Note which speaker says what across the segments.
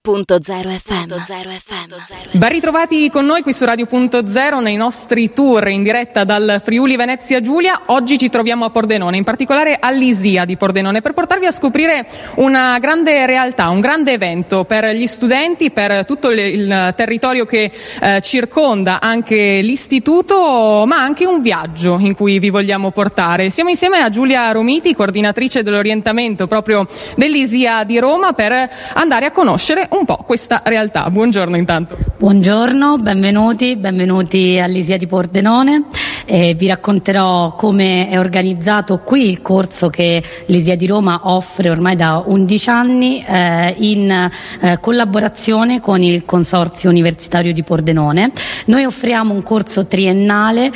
Speaker 1: Radio.0 FM.
Speaker 2: Ben ritrovati con noi qui su Radio.0 nei nostri tour in diretta dal Friuli Venezia Giulia. Oggi ci troviamo a Pordenone, in particolare all'ISIA di Pordenone, per portarvi a scoprire una grande realtà, un grande evento per gli studenti, per tutto il territorio che circonda anche l'istituto, ma anche un viaggio in cui vi vogliamo portare. Siamo insieme a Giulia Romiti, coordinatrice dell'orientamento proprio dell'ISIA di Roma, per andare a conoscere un po' questa realtà. Buongiorno intanto.
Speaker 3: Buongiorno, benvenuti all'ISIA di Pordenone. Vi racconterò come è organizzato qui il corso che l'ISIA di Roma offre ormai da 11 anni in collaborazione con il Consorzio Universitario di Pordenone. Noi offriamo un corso triennale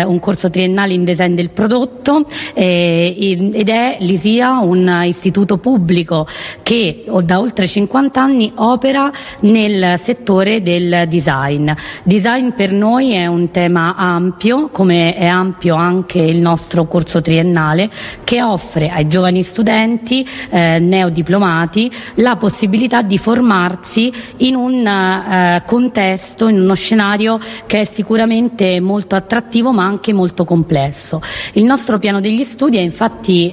Speaker 3: in design del prodotto ed è l'ISIA un istituto pubblico che da oltre 50 anni opera nel settore del design. Design per noi è un tema ampio, come è ampio anche il nostro corso triennale, che offre ai giovani studenti neodiplomati la possibilità di formarsi in un contesto, in uno scenario che è sicuramente molto attrattivo ma anche molto complesso. Il nostro piano degli studi infatti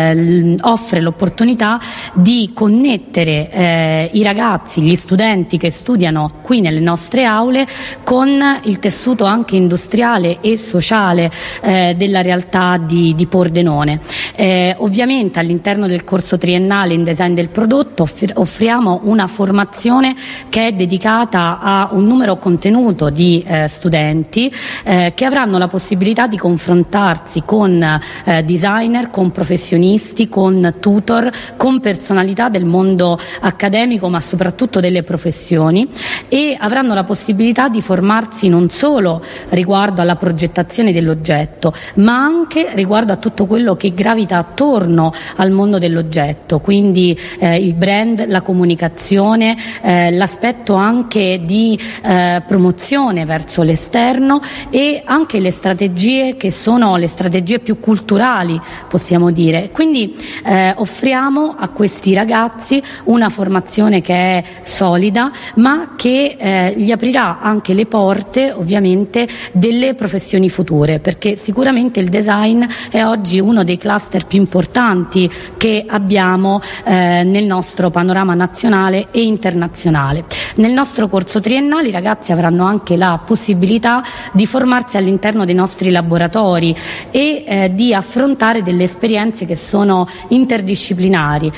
Speaker 3: offre l'opportunità di connettere i ragazzi, gli studenti che studiano qui nelle nostre aule con il tessuto anche industriale e sociale della realtà di Pordenone. Ovviamente all'interno del corso triennale in design del prodotto offriamo una formazione che è dedicata a un numero contenuto di studenti che avranno la possibilità di confrontarsi con designer, con professionisti, con tutor, con personalità del mondo accademico ma soprattutto delle professioni, e avranno la possibilità di formarsi non solo riguardo alla progettazione dell'oggetto ma anche riguardo a tutto quello che gravita attorno al mondo dell'oggetto, quindi il brand, la comunicazione, l'aspetto anche di promozione verso l'esterno e anche le strategie che sono le strategie più culturali, possiamo dire. Quindi offriamo a questi ragazzi una formazione che è solida ma che gli aprirà anche le porte ovviamente delle professioni future, perché sicuramente il design è oggi uno dei cluster più importanti che abbiamo nel nostro panorama nazionale e internazionale. Nel nostro corso triennale i ragazzi avranno anche la possibilità di formarsi all'interno dei nostri laboratori e di affrontare delle esperienze che sono interdisciplinari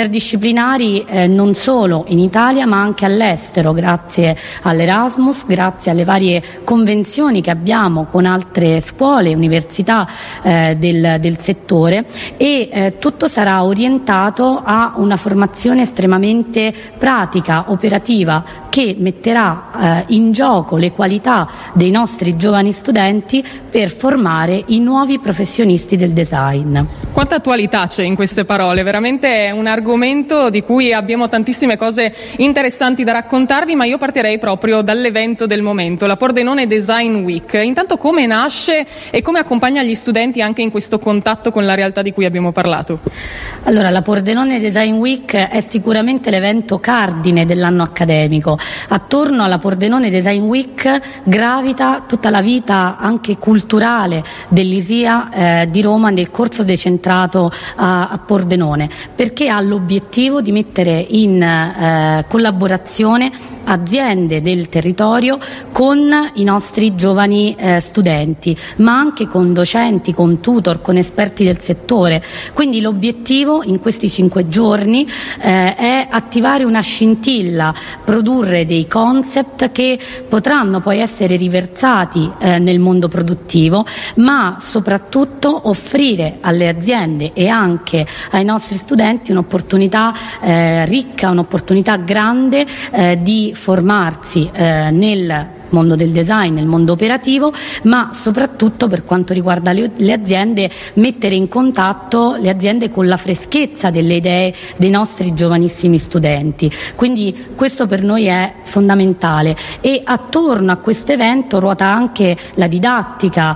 Speaker 3: non solo in Italia ma anche all'estero, grazie all'Erasmus, grazie alle varie convenzioni che abbiamo con altre scuole e università del settore, e tutto sarà orientato a una formazione estremamente pratica, operativa, che metterà in gioco le qualità dei nostri giovani studenti per formare i nuovi professionisti del design.
Speaker 2: Quanta attualità c'è in queste parole, veramente è un argomento di cui abbiamo tantissime cose interessanti da raccontarvi, ma io partirei proprio dall'evento del momento, la Pordenone Design Week. Intanto come nasce e come accompagna gli studenti anche in questo contatto con la realtà di cui abbiamo parlato?
Speaker 3: Allora, la Pordenone Design Week è sicuramente l'evento cardine dell'anno accademico. Attorno alla Pordenone Design Week gravita tutta la vita anche culturale dell'ISIA di Roma nel corso decentrato a Pordenone, perché ha l'obiettivo di mettere in collaborazione aziende del territorio con i nostri giovani studenti, ma anche con docenti, con tutor, con esperti del settore. Quindi l'obiettivo in questi 5 giorni è attivare una scintilla, produrre dei concept che potranno poi essere riversati nel mondo produttivo, ma soprattutto offrire alle aziende e anche ai nostri studenti un'opportunità ricca, un'opportunità grande di formarsi nel mondo del design, nel mondo operativo, ma soprattutto per quanto riguarda le aziende, mettere in contatto le aziende con la freschezza delle idee dei nostri giovanissimi studenti. Quindi questo per noi è fondamentale, e attorno a questo evento ruota anche la didattica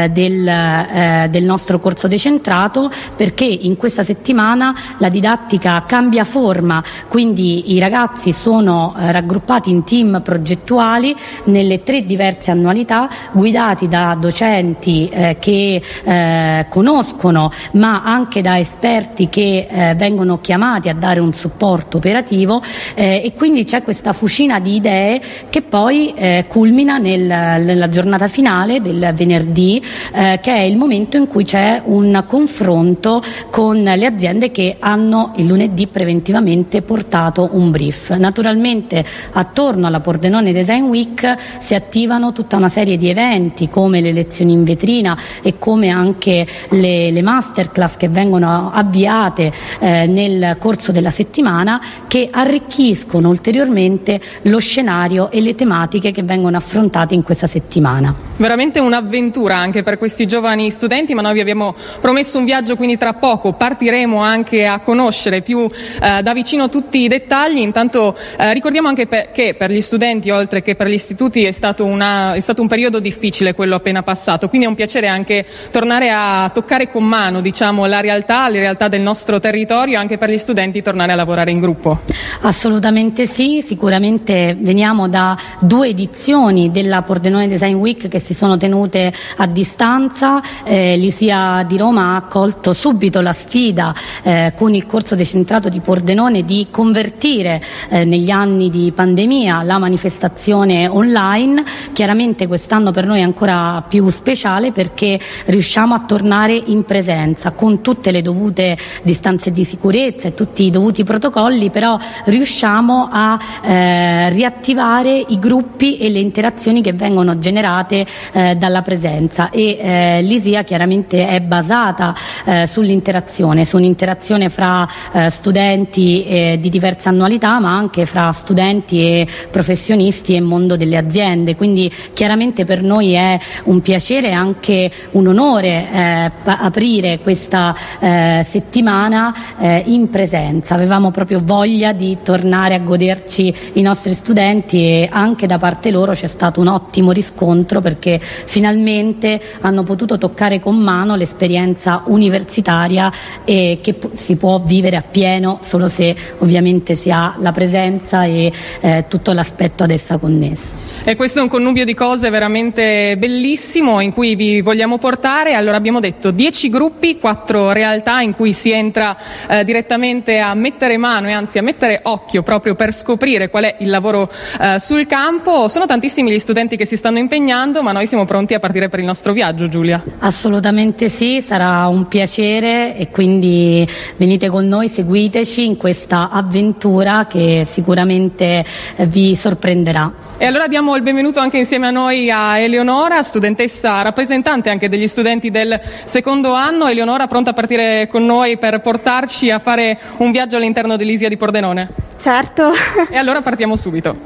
Speaker 3: del nostro corso decentrato, perché in questa settimana la didattica cambia forma, quindi i ragazzi sono raggruppati in team progettuali nelle 3 diverse annualità, guidati da docenti che conoscono, ma anche da esperti che vengono chiamati a dare un supporto operativo, e quindi c'è questa fucina di idee che poi culmina nella giornata finale del venerdì, che è il momento in cui c'è un confronto con le aziende che hanno il lunedì preventivamente portato un brief. Naturalmente attorno alla Pordenone Design Week si attivano tutta una serie di eventi, come le lezioni in vetrina e come anche le masterclass che vengono avviate nel corso della settimana, che arricchiscono ulteriormente lo scenario e le tematiche che vengono affrontate in questa settimana.
Speaker 2: Veramente un'avventura anche per questi giovani studenti, ma noi vi abbiamo promesso un viaggio, quindi tra poco partiremo anche a conoscere più da vicino tutti i dettagli. Intanto ricordiamo anche che per gli studenti, oltre che per gli istituti, è stato un periodo difficile quello appena passato, quindi è un piacere anche tornare a toccare con mano, diciamo, le realtà del nostro territorio, anche per gli studenti tornare a lavorare in gruppo.
Speaker 3: Assolutamente sì, sicuramente veniamo da 2 edizioni della Pordenone Design Week che si sono tenute a distanza. L'ISIA di Roma ha accolto subito la sfida con il corso decentrato di Pordenone di convertire negli anni di pandemia la manifestazione online. Chiaramente quest'anno per noi è ancora più speciale perché riusciamo a tornare in presenza con tutte le dovute distanze di sicurezza e tutti i dovuti protocolli, però riusciamo a riattivare i gruppi e le interazioni che vengono generate dalla presenza, e l'ISIA chiaramente è basata sull'interazione, su un'interazione fra studenti di diverse annualità, ma anche fra studenti e professionisti e mondo delle aziende. Quindi chiaramente per noi è un piacere e anche un onore aprire questa settimana in presenza. Avevamo proprio voglia di tornare a goderci i nostri studenti, e anche da parte loro c'è stato un ottimo riscontro, perché finalmente hanno potuto toccare con mano l'esperienza universitaria che si può vivere appieno solo se ovviamente si ha la presenza e tutto l'aspetto ad essa connesso.
Speaker 2: E questo è un connubio di cose veramente bellissimo in cui vi vogliamo portare. Allora, abbiamo detto 10 gruppi, 4 realtà in cui si entra direttamente a mettere mano e anzi a mettere occhio proprio per scoprire qual è il lavoro sul campo. Sono tantissimi gli studenti che si stanno impegnando, ma noi siamo pronti a partire per il nostro viaggio, Giulia.
Speaker 3: Assolutamente sì, sarà un piacere, e quindi venite con noi, seguiteci in questa avventura che sicuramente vi sorprenderà.
Speaker 2: E allora diamo il benvenuto anche insieme a noi a Eleonora, studentessa rappresentante anche degli studenti del secondo anno. Eleonora, pronta a partire con noi per portarci a fare un viaggio all'interno dell'ISIA di Pordenone?
Speaker 1: Certo.
Speaker 2: E allora partiamo subito.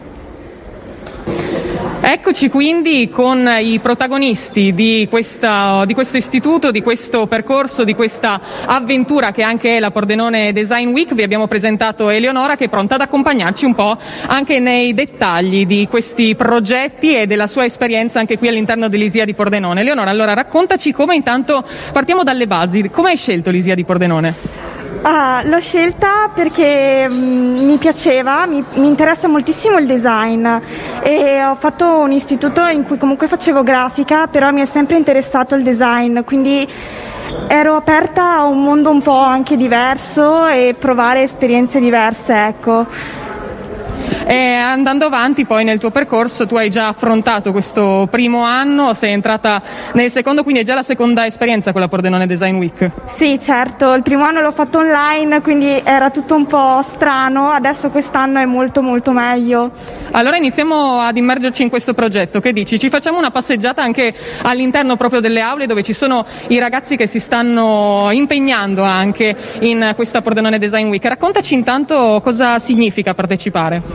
Speaker 2: Eccoci quindi con i protagonisti di questo istituto, di questo percorso, di questa avventura che anche è la Pordenone Design Week. Vi abbiamo presentato Eleonora, che è pronta ad accompagnarci un po' anche nei dettagli di questi progetti e della sua esperienza anche qui all'interno dell'ISIA di Pordenone. Eleonora, allora raccontaci come, intanto partiamo dalle basi, come hai scelto l'ISIA di Pordenone?
Speaker 1: L'ho scelta perché mi piaceva, mi interessa moltissimo il design, e ho fatto un istituto in cui comunque facevo grafica, però mi è sempre interessato il design, quindi ero aperta a un mondo un po' anche diverso e provare esperienze diverse, ecco.
Speaker 2: E andando avanti poi nel tuo percorso, tu hai già affrontato questo primo anno, sei entrata nel secondo, quindi è già la seconda esperienza con la Pordenone Design Week.
Speaker 1: Sì, certo, il primo anno l'ho fatto online, quindi era tutto un po' strano, adesso quest'anno è molto molto meglio.
Speaker 2: Allora iniziamo ad immergerci in questo progetto, che dici? Ci facciamo una passeggiata anche all'interno proprio delle aule dove ci sono i ragazzi che si stanno impegnando anche in questa Pordenone Design Week. Raccontaci intanto cosa significa partecipare.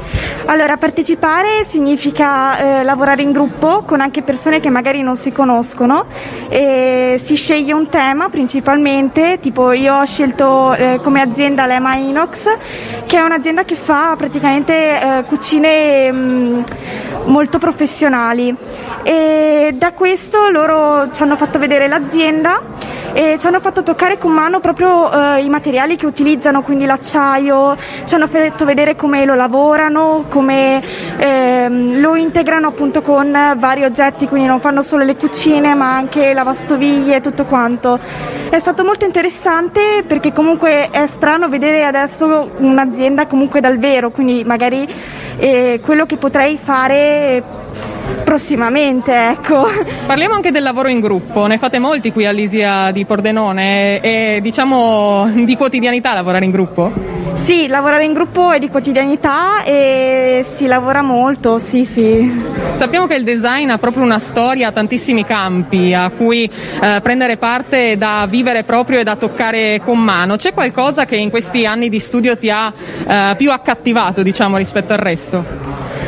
Speaker 1: Allora, partecipare significa lavorare in gruppo con anche persone che magari non si conoscono, e si sceglie un tema principalmente, tipo io ho scelto come azienda l'Ema Inox, che è un'azienda che fa praticamente cucine molto professionali, e da questo loro ci hanno fatto vedere l'azienda e ci hanno fatto toccare con mano proprio i materiali che utilizzano, quindi l'acciaio, ci hanno fatto vedere come lo lavorano, come lo integrano appunto con vari oggetti, quindi non fanno solo le cucine ma anche lavastoviglie e tutto quanto. È stato molto interessante perché comunque è strano vedere adesso un'azienda comunque dal vero, quindi magari quello che potrei fare prossimamente, ecco.
Speaker 2: Parliamo anche del lavoro in gruppo, ne fate molti qui all'ISIA di Pordenone, e diciamo di quotidianità lavorare in gruppo?
Speaker 1: Sì, lavorare in gruppo è di quotidianità e si lavora molto, sì.
Speaker 2: Sappiamo che il design ha proprio una storia a tantissimi campi a cui prendere parte è da vivere proprio e da toccare con mano. C'è qualcosa che in questi anni di studio ti ha più accattivato, diciamo, rispetto al resto?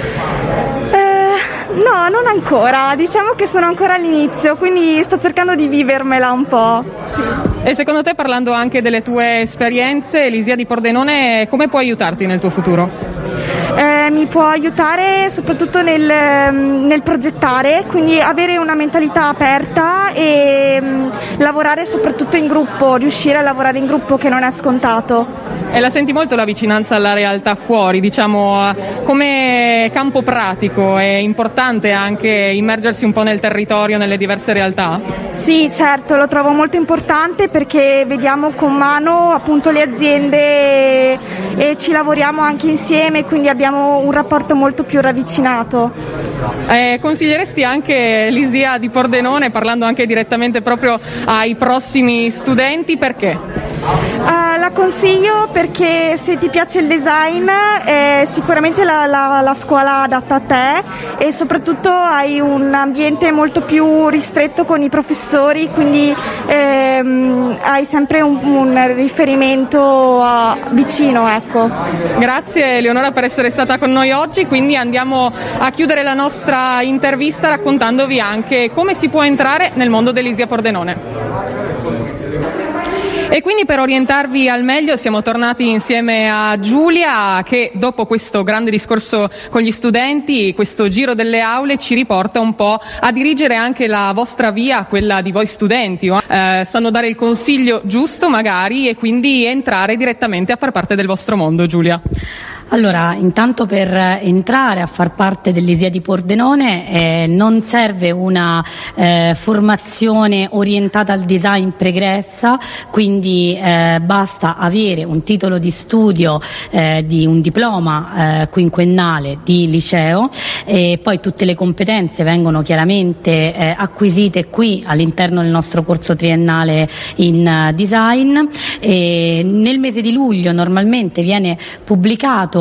Speaker 1: No, non ancora, diciamo che sono ancora all'inizio, quindi sto cercando di vivermela un po'. Sì.
Speaker 2: E secondo te, parlando anche delle tue esperienze, l'ISIA di Pordenone come può aiutarti nel tuo futuro?
Speaker 1: Mi può aiutare soprattutto nel progettare, quindi avere una mentalità aperta e lavorare soprattutto in gruppo, riuscire a lavorare in gruppo, che non è scontato.
Speaker 2: E la senti molto la vicinanza alla realtà fuori, diciamo, come campo pratico è importante anche immergersi un po' nel territorio, nelle diverse realtà?
Speaker 1: Sì, certo, lo trovo molto importante perché vediamo con mano appunto le aziende e ci lavoriamo anche insieme, quindi abbiamo un rapporto molto più ravvicinato.
Speaker 2: Consiglieresti anche l'ISIA di Pordenone, parlando anche direttamente proprio ai prossimi studenti, perché?
Speaker 1: La consiglio perché se ti piace il design è sicuramente la scuola adatta a te, e soprattutto hai un ambiente molto più ristretto con i professori, quindi hai sempre un riferimento vicino, ecco.
Speaker 2: Grazie Eleonora per essere stata con noi oggi, quindi andiamo a chiudere la nostra intervista raccontandovi anche come si può entrare nel mondo dell'ISIA Pordenone. E quindi, per orientarvi al meglio, siamo tornati insieme a Giulia, che dopo questo grande discorso con gli studenti, questo giro delle aule, ci riporta un po' a dirigere anche la vostra via, quella di voi studenti. Sanno dare il consiglio giusto magari, e quindi entrare direttamente a far parte del vostro mondo. Giulia.
Speaker 3: Allora, intanto per entrare a far parte dell'ISIA di Pordenone non serve una formazione orientata al design pregressa, quindi basta avere un titolo di studio di un diploma quinquennale di liceo, e poi tutte le competenze vengono chiaramente acquisite qui all'interno del nostro corso triennale in design. E nel mese di luglio normalmente viene pubblicato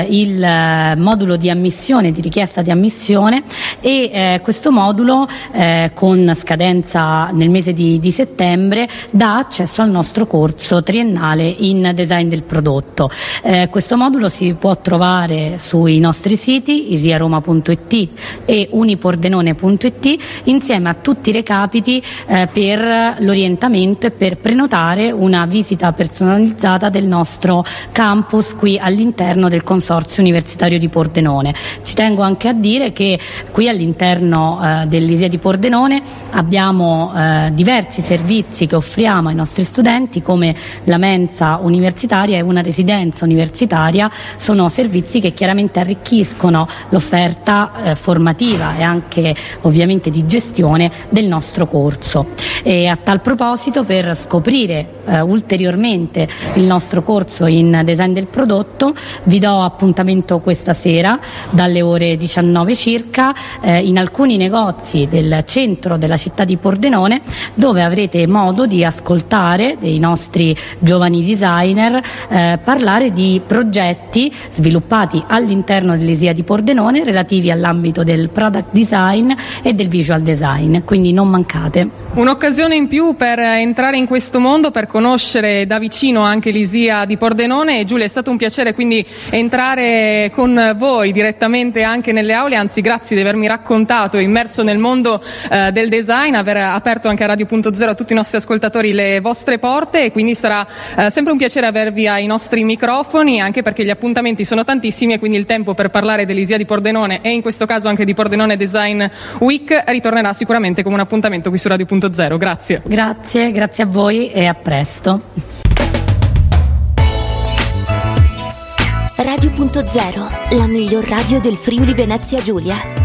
Speaker 3: il modulo di ammissione, di richiesta di ammissione, e questo modulo con scadenza nel mese di settembre dà accesso al nostro corso triennale in design del prodotto. Questo modulo si può trovare sui nostri siti isiaroma.it e unipordenone.it, insieme a tutti i recapiti per l'orientamento e per prenotare una visita personalizzata del nostro campus qui all'interno del Consorzio Universitario di Pordenone. Ci tengo anche a dire che qui all'interno dell'ISIA di Pordenone abbiamo diversi servizi che offriamo ai nostri studenti, come la mensa universitaria e una residenza universitaria. Sono servizi che chiaramente arricchiscono l'offerta formativa e anche ovviamente di gestione del nostro corso. E a tal proposito, per scoprire ulteriormente il nostro corso in design del prodotto, vi do appuntamento questa sera dalle ore 19 circa in alcuni negozi del centro della città di Pordenone, dove avrete modo di ascoltare dei nostri giovani designer parlare di progetti sviluppati all'interno dell'ISIA di Pordenone relativi all'ambito del product design e del visual design, quindi non mancate.
Speaker 2: Un'occasione un'occasione in più per entrare in questo mondo, per conoscere da vicino anche l'ISIA di Pordenone. E Giulia, è stato un piacere quindi entrare con voi direttamente anche nelle aule, anzi grazie di avermi raccontato, immerso nel mondo del design, aver aperto anche a Radio.0 a tutti i nostri ascoltatori le vostre porte, e quindi sarà sempre un piacere avervi ai nostri microfoni, anche perché gli appuntamenti sono tantissimi e quindi il tempo per parlare dell'ISIA di Pordenone e in questo caso anche di Pordenone Design Week ritornerà sicuramente come un appuntamento qui su Radio.0. Grazie.
Speaker 3: Grazie a voi e a presto.
Speaker 4: Radio.0, la miglior radio del Friuli Venezia Giulia.